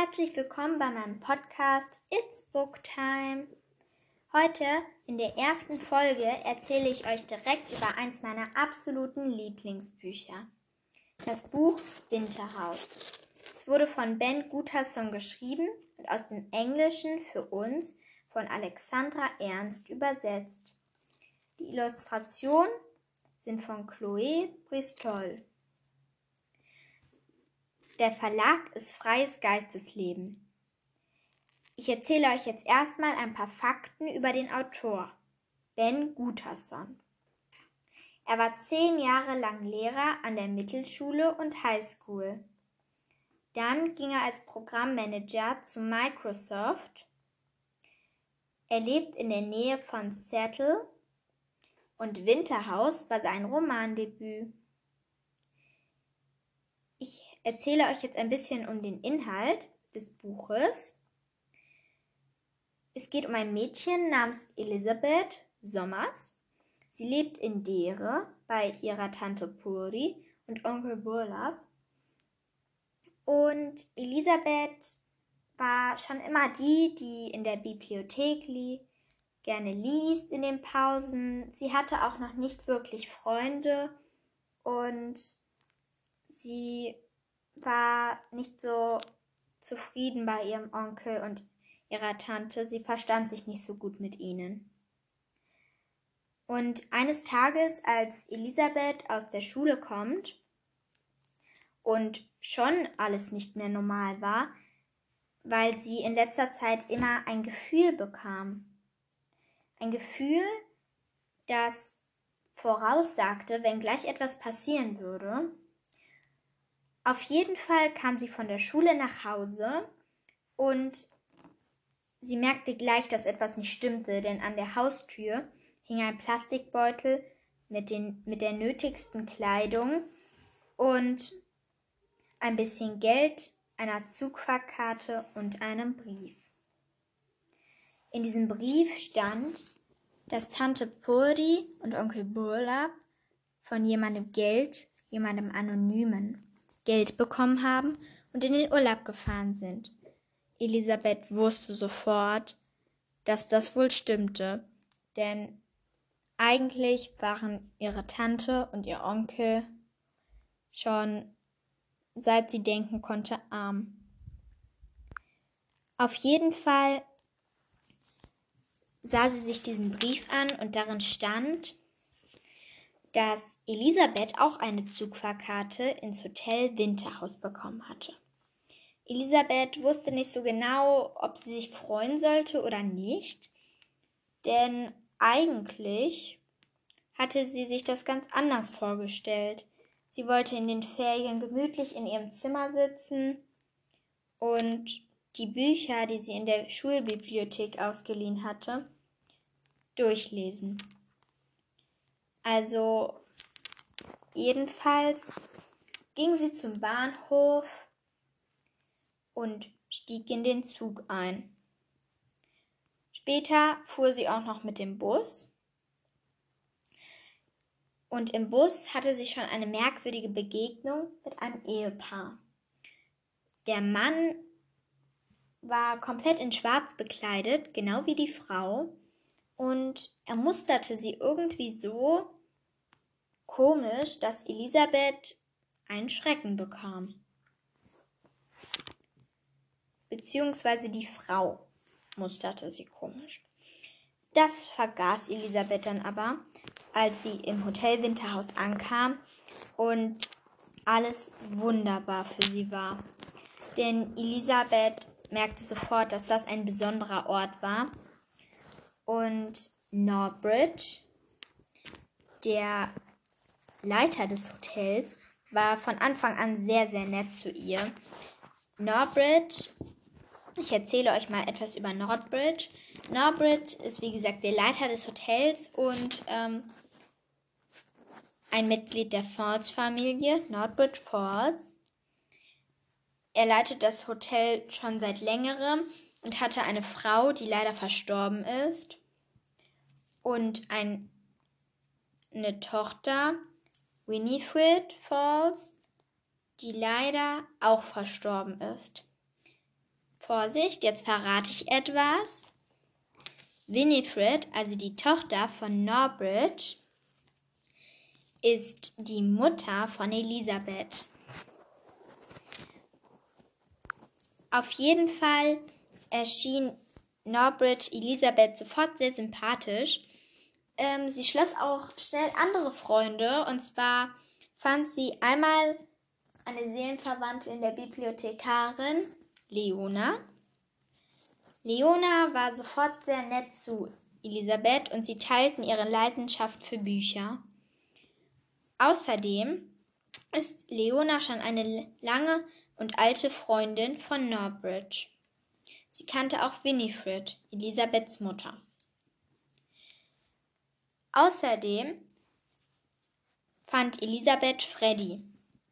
Herzlich willkommen bei meinem Podcast It's Book Time. Heute in der ersten Folge erzähle ich euch direkt über eins meiner absoluten Lieblingsbücher. Das Buch Winterhaus. Es wurde von Ben Guterson geschrieben und aus dem Englischen für uns von Alexandra Ernst übersetzt. Die Illustrationen sind von Chloé Bristol. Der Verlag ist Freies Geistesleben. Ich erzähle euch jetzt erstmal ein paar Fakten über den Autor, Ben Guterson. Er war 10 Jahre lang Lehrer an der Mittelschule und Highschool. Dann ging er als Programmmanager zu Microsoft. Er lebt in der Nähe von Seattle und Winterhaus war sein Romandebüt. Ich erzähle euch jetzt ein bisschen um den Inhalt des Buches. Es geht um ein Mädchen namens Elisabeth Sommers. Sie lebt in Deere bei ihrer Tante Puri und Onkel Burlap. Und Elisabeth war schon immer die in der Bibliothek gerne liest in den Pausen. Sie hatte auch noch nicht wirklich Freunde und sie war nicht so zufrieden bei ihrem Onkel und ihrer Tante. Sie verstand sich nicht so gut mit ihnen. Und eines Tages, als Elisabeth aus der Schule kommt und schon alles nicht mehr normal war, weil sie in letzter Zeit immer ein Gefühl bekam. Ein Gefühl, das voraussagte, wenn gleich etwas passieren würde. Auf jeden Fall kam sie von der Schule nach Hause und sie merkte gleich, dass etwas nicht stimmte, denn an der Haustür hing ein Plastikbeutel mit der nötigsten Kleidung und ein bisschen Geld, einer Zugfahrkarte und einem Brief. In diesem Brief stand, dass Tante Puri und Onkel Burlap von jemandem Anonymen Geld bekommen haben und in den Urlaub gefahren sind. Elisabeth wusste sofort, dass das wohl stimmte, denn eigentlich waren ihre Tante und ihr Onkel schon, seit sie denken konnte, arm. Auf jeden Fall sah sie sich diesen Brief an und darin stand, dass Elisabeth auch eine Zugfahrkarte ins Hotel Winterhaus bekommen hatte. Elisabeth wusste nicht so genau, ob sie sich freuen sollte oder nicht, denn eigentlich hatte sie sich das ganz anders vorgestellt. Sie wollte in den Ferien gemütlich in ihrem Zimmer sitzen und die Bücher, die sie in der Schulbibliothek ausgeliehen hatte, durchlesen. Also jedenfalls ging sie zum Bahnhof und stieg in den Zug ein. Später fuhr sie auch noch mit dem Bus. Und im Bus hatte sie schon eine merkwürdige Begegnung mit einem Ehepaar. Der Mann war komplett in Schwarz bekleidet, genau wie die Frau. Und er musterte sie irgendwie so komisch, dass Elisabeth einen Schrecken bekam. Beziehungsweise die Frau musterte sie komisch. Das vergaß Elisabeth dann aber, als sie im Hotel Winterhaus ankam und alles wunderbar für sie war. Denn Elisabeth merkte sofort, dass das ein besonderer Ort war. Und Norbridge, der Leiter des Hotels, war von Anfang an sehr, sehr nett zu ihr. Norbridge, ich erzähle euch mal etwas über Norbridge. Norbridge ist, wie gesagt, der Leiter des Hotels und ein Mitglied der Falls-Familie, Norbridge Falls. Er leitet das Hotel schon seit längerem und hatte eine Frau, die leider verstorben ist, und eine Tochter, Winifred Falls, die leider auch verstorben ist. Vorsicht, jetzt verrate ich etwas. Winifred, also die Tochter von Norbridge, ist die Mutter von Elisabeth. Auf jeden Fall erschien Norbridge Elisabeth sofort sehr sympathisch. Sie schloss auch schnell andere Freunde, und zwar fand sie einmal eine Seelenverwandte in der Bibliothekarin, Leona. Leona war sofort sehr nett zu Elisabeth und sie teilten ihre Leidenschaft für Bücher. Außerdem ist Leona schon eine lange und alte Freundin von Norbridge. Sie kannte auch Winifred, Elisabeths Mutter. Außerdem fand Elisabeth Freddy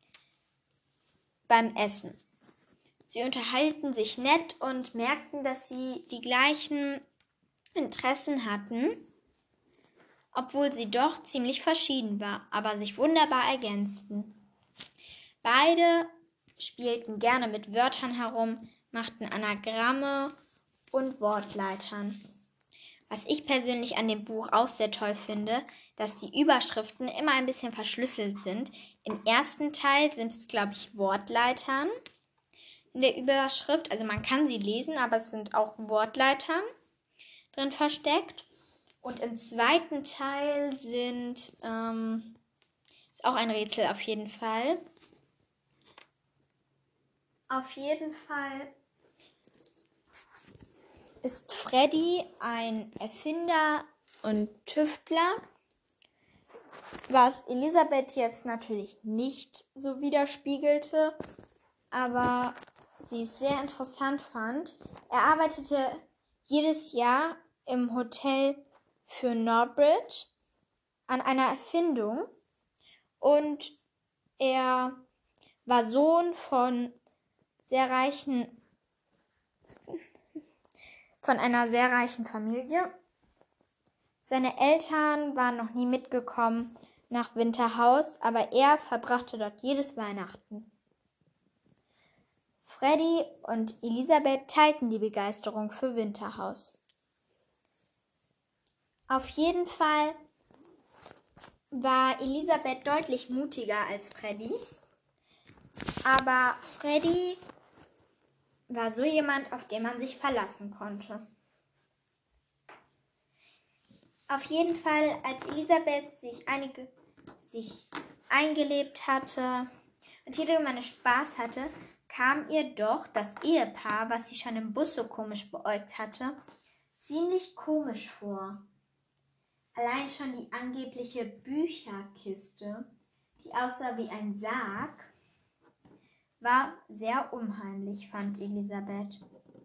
beim Essen. Sie unterhielten sich nett und merkten, dass sie die gleichen Interessen hatten, obwohl sie doch ziemlich verschieden waren, aber sich wunderbar ergänzten. Beide spielten gerne mit Wörtern herum, machten Anagramme und Wortleitern. Was ich persönlich an dem Buch auch sehr toll finde, dass die Überschriften immer ein bisschen verschlüsselt sind. Im ersten Teil sind es, glaube ich, Wortleitern in der Überschrift. Also man kann sie lesen, aber es sind auch Wortleitern drin versteckt. Und im zweiten Teil ist auch ein Rätsel auf jeden Fall. Auf jeden Fall ist Freddy ein Erfinder und Tüftler, was Elisabeth jetzt natürlich nicht so widerspiegelte, aber sie es sehr interessant fand. Er arbeitete jedes Jahr im Hotel für Norbridge an einer Erfindung und er war Sohn von einer sehr reichen Familie. Seine Eltern waren noch nie mitgekommen nach Winterhaus, aber er verbrachte dort jedes Weihnachten. Freddy und Elisabeth teilten die Begeisterung für Winterhaus. Auf jeden Fall war Elisabeth deutlich mutiger als Freddy, aber Freddy war so jemand, auf den man sich verlassen konnte. Auf jeden Fall, als Elisabeth sich eingelebt hatte und jede Menge Spaß hatte, kam ihr doch das Ehepaar, was sie schon im Bus so komisch beäugt hatte, ziemlich komisch vor. Allein schon die angebliche Bücherkiste, die aussah wie ein Sarg, war sehr unheimlich, fand Elisabeth.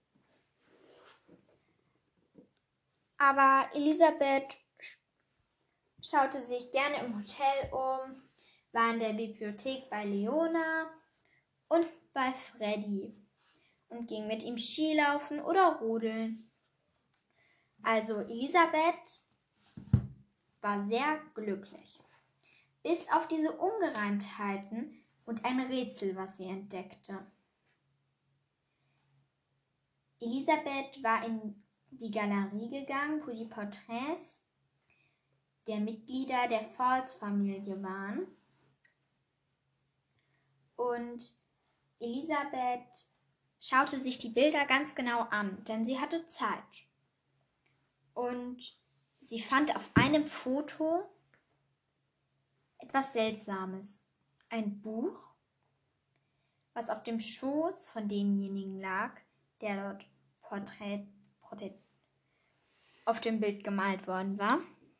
Aber Elisabeth schaute sich gerne im Hotel um, war in der Bibliothek bei Leona und bei Freddy und ging mit ihm Skilaufen oder rodeln. Also Elisabeth war sehr glücklich, bis auf diese Ungereimtheiten und ein Rätsel, was sie entdeckte. Elisabeth war in die Galerie gegangen, wo die Porträts der Mitglieder der Falls-Familie waren. Und Elisabeth schaute sich die Bilder ganz genau an, denn sie hatte Zeit. Und sie fand auf einem Foto etwas Seltsames. Ein Buch, was auf dem Schoß von demjenigen lag, der dort auf dem Bild gemalt worden war.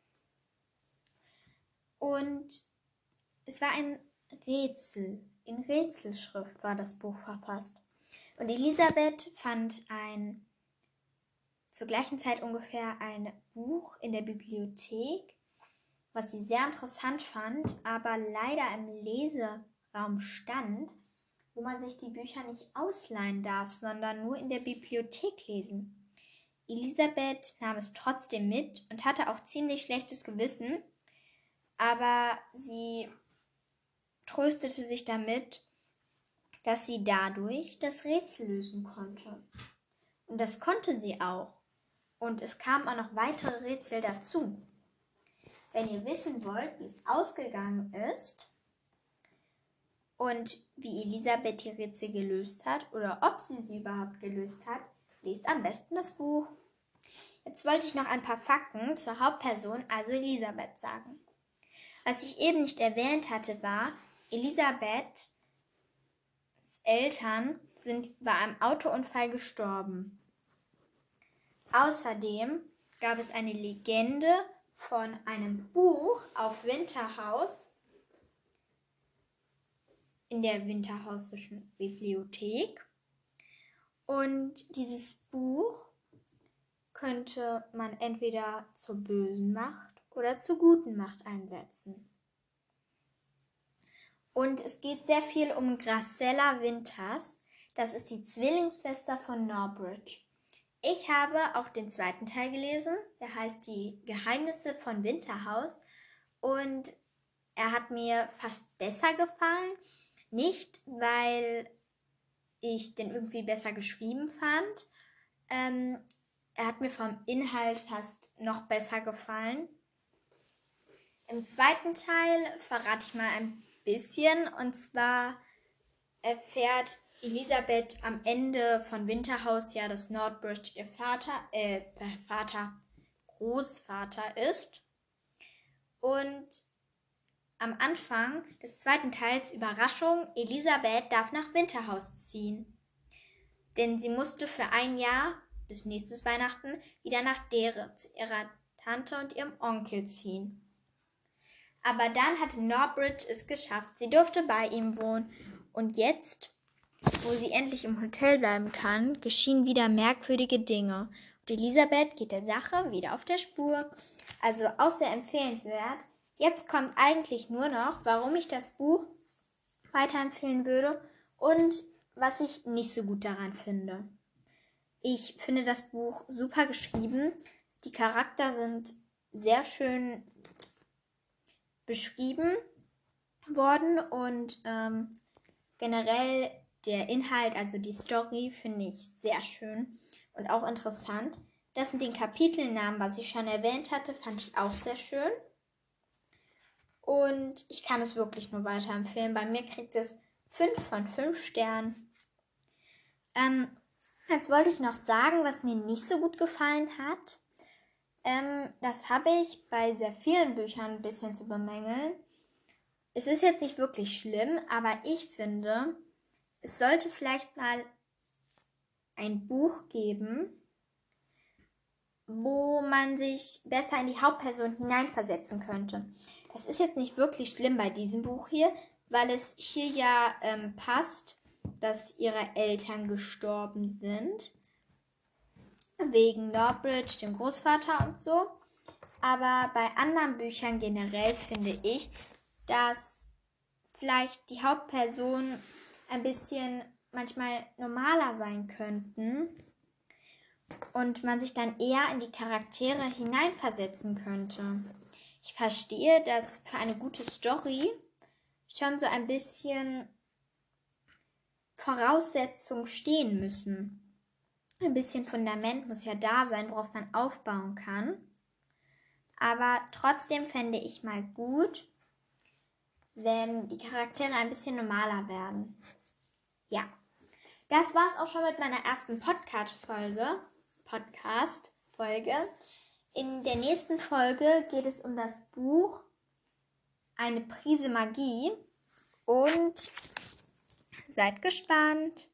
Und es war ein Rätsel. In Rätselschrift war das Buch verfasst. Und Elisabeth fand zur gleichen Zeit ungefähr ein Buch in der Bibliothek, was sie sehr interessant fand, aber leider im Leseraum stand, wo man sich die Bücher nicht ausleihen darf, sondern nur in der Bibliothek lesen. Elisabeth nahm es trotzdem mit und hatte auch ziemlich schlechtes Gewissen, aber sie tröstete sich damit, dass sie dadurch das Rätsel lösen konnte. Und das konnte sie auch. Und es kamen auch noch weitere Rätsel dazu. Wenn ihr wissen wollt, wie es ausgegangen ist und wie Elisabeth die Rätsel gelöst hat oder ob sie überhaupt gelöst hat, lest am besten das Buch. Jetzt wollte ich noch ein paar Fakten zur Hauptperson, also Elisabeth, sagen. Was ich eben nicht erwähnt hatte, war, Elisabeths Eltern sind bei einem Autounfall gestorben. Außerdem gab es eine Legende von einem Buch auf Winterhaus in der Winterhausischen Bibliothek. Und dieses Buch könnte man entweder zur bösen Macht oder zur guten Macht einsetzen. Und es geht sehr viel um Gracella Winters. Das ist die Zwillingsschwester von Norbridge. Ich habe auch den zweiten Teil gelesen. Der heißt Die Geheimnisse von Winterhaus. Und er hat mir fast besser gefallen. Nicht, weil ich den irgendwie besser geschrieben fand. Er hat mir vom Inhalt fast noch besser gefallen. Im zweiten Teil verrate ich mal ein bisschen. Und zwar erfährt Elisabeth am Ende von Winterhaus ja, dass Norbridge ihr Großvater ist. Und am Anfang des zweiten Teils, Überraschung, Elisabeth darf nach Winterhaus ziehen. Denn sie musste für ein Jahr, bis nächstes Weihnachten, wieder nach Dere zu ihrer Tante und ihrem Onkel ziehen. Aber dann hatte Norbridge es geschafft. Sie durfte bei ihm wohnen. Und jetzt, wo sie endlich im Hotel bleiben kann, geschehen wieder merkwürdige Dinge. Und Elisabeth geht der Sache wieder auf der Spur. Also auch sehr empfehlenswert. Jetzt kommt eigentlich nur noch, warum ich das Buch weiterempfehlen würde und was ich nicht so gut daran finde. Ich finde das Buch super geschrieben. Die Charakter sind sehr schön beschrieben worden und generell der Inhalt, also die Story, finde ich sehr schön und auch interessant. Das mit den Kapitelnamen, was ich schon erwähnt hatte, fand ich auch sehr schön. Und ich kann es wirklich nur weiterempfehlen. Bei mir kriegt es 5 von 5 Sternen. Jetzt wollte ich noch sagen, was mir nicht so gut gefallen hat. Das habe ich bei sehr vielen Büchern ein bisschen zu bemängeln. Es ist jetzt nicht wirklich schlimm, aber ich finde, es sollte vielleicht mal ein Buch geben, wo man sich besser in die Hauptperson hineinversetzen könnte. Das ist jetzt nicht wirklich schlimm bei diesem Buch hier, weil es hier ja passt, dass ihre Eltern gestorben sind. Wegen Norbridge, dem Großvater und so. Aber bei anderen Büchern generell finde ich, dass vielleicht die Hauptpersonen ein bisschen manchmal normaler sein könnten und man sich dann eher in die Charaktere hineinversetzen könnte. Ich verstehe, dass für eine gute Story schon so ein bisschen Voraussetzungen stehen müssen. Ein bisschen Fundament muss ja da sein, worauf man aufbauen kann. Aber trotzdem fände ich mal gut, wenn die Charaktere ein bisschen normaler werden. Ja, das war's auch schon mit meiner ersten Podcast-Folge. In der nächsten Folge geht es um das Buch Eine Prise Magie und seid gespannt.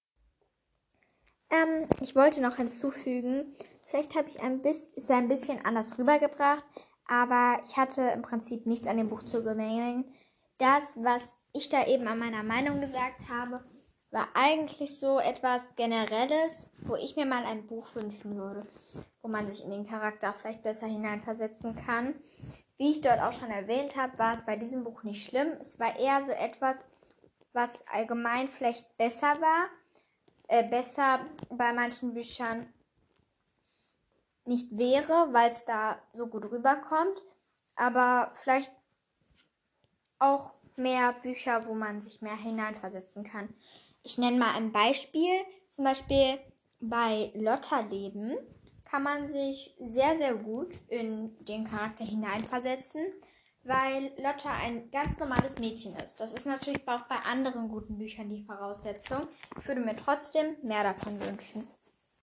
Ich wollte noch hinzufügen, vielleicht habe ich ein bisschen anders rübergebracht, aber ich hatte im Prinzip nichts an dem Buch zu bemängeln. Das, was ich da eben an meiner Meinung gesagt habe, war eigentlich so etwas Generelles, wo ich mir mal ein Buch wünschen würde, wo man sich in den Charakter vielleicht besser hineinversetzen kann. Wie ich dort auch schon erwähnt habe, war es bei diesem Buch nicht schlimm. Es war eher so etwas, was allgemein vielleicht besser war. Besser bei manchen Büchern nicht wäre, weil es da so gut rüberkommt. Aber vielleicht auch mehr Bücher, wo man sich mehr hineinversetzen kann. Ich nenne mal ein Beispiel. Zum Beispiel bei Lotta leben, kann man sich sehr, sehr gut in den Charakter hineinversetzen, weil Lotta ein ganz normales Mädchen ist. Das ist natürlich auch bei anderen guten Büchern die Voraussetzung. Ich würde mir trotzdem mehr davon wünschen.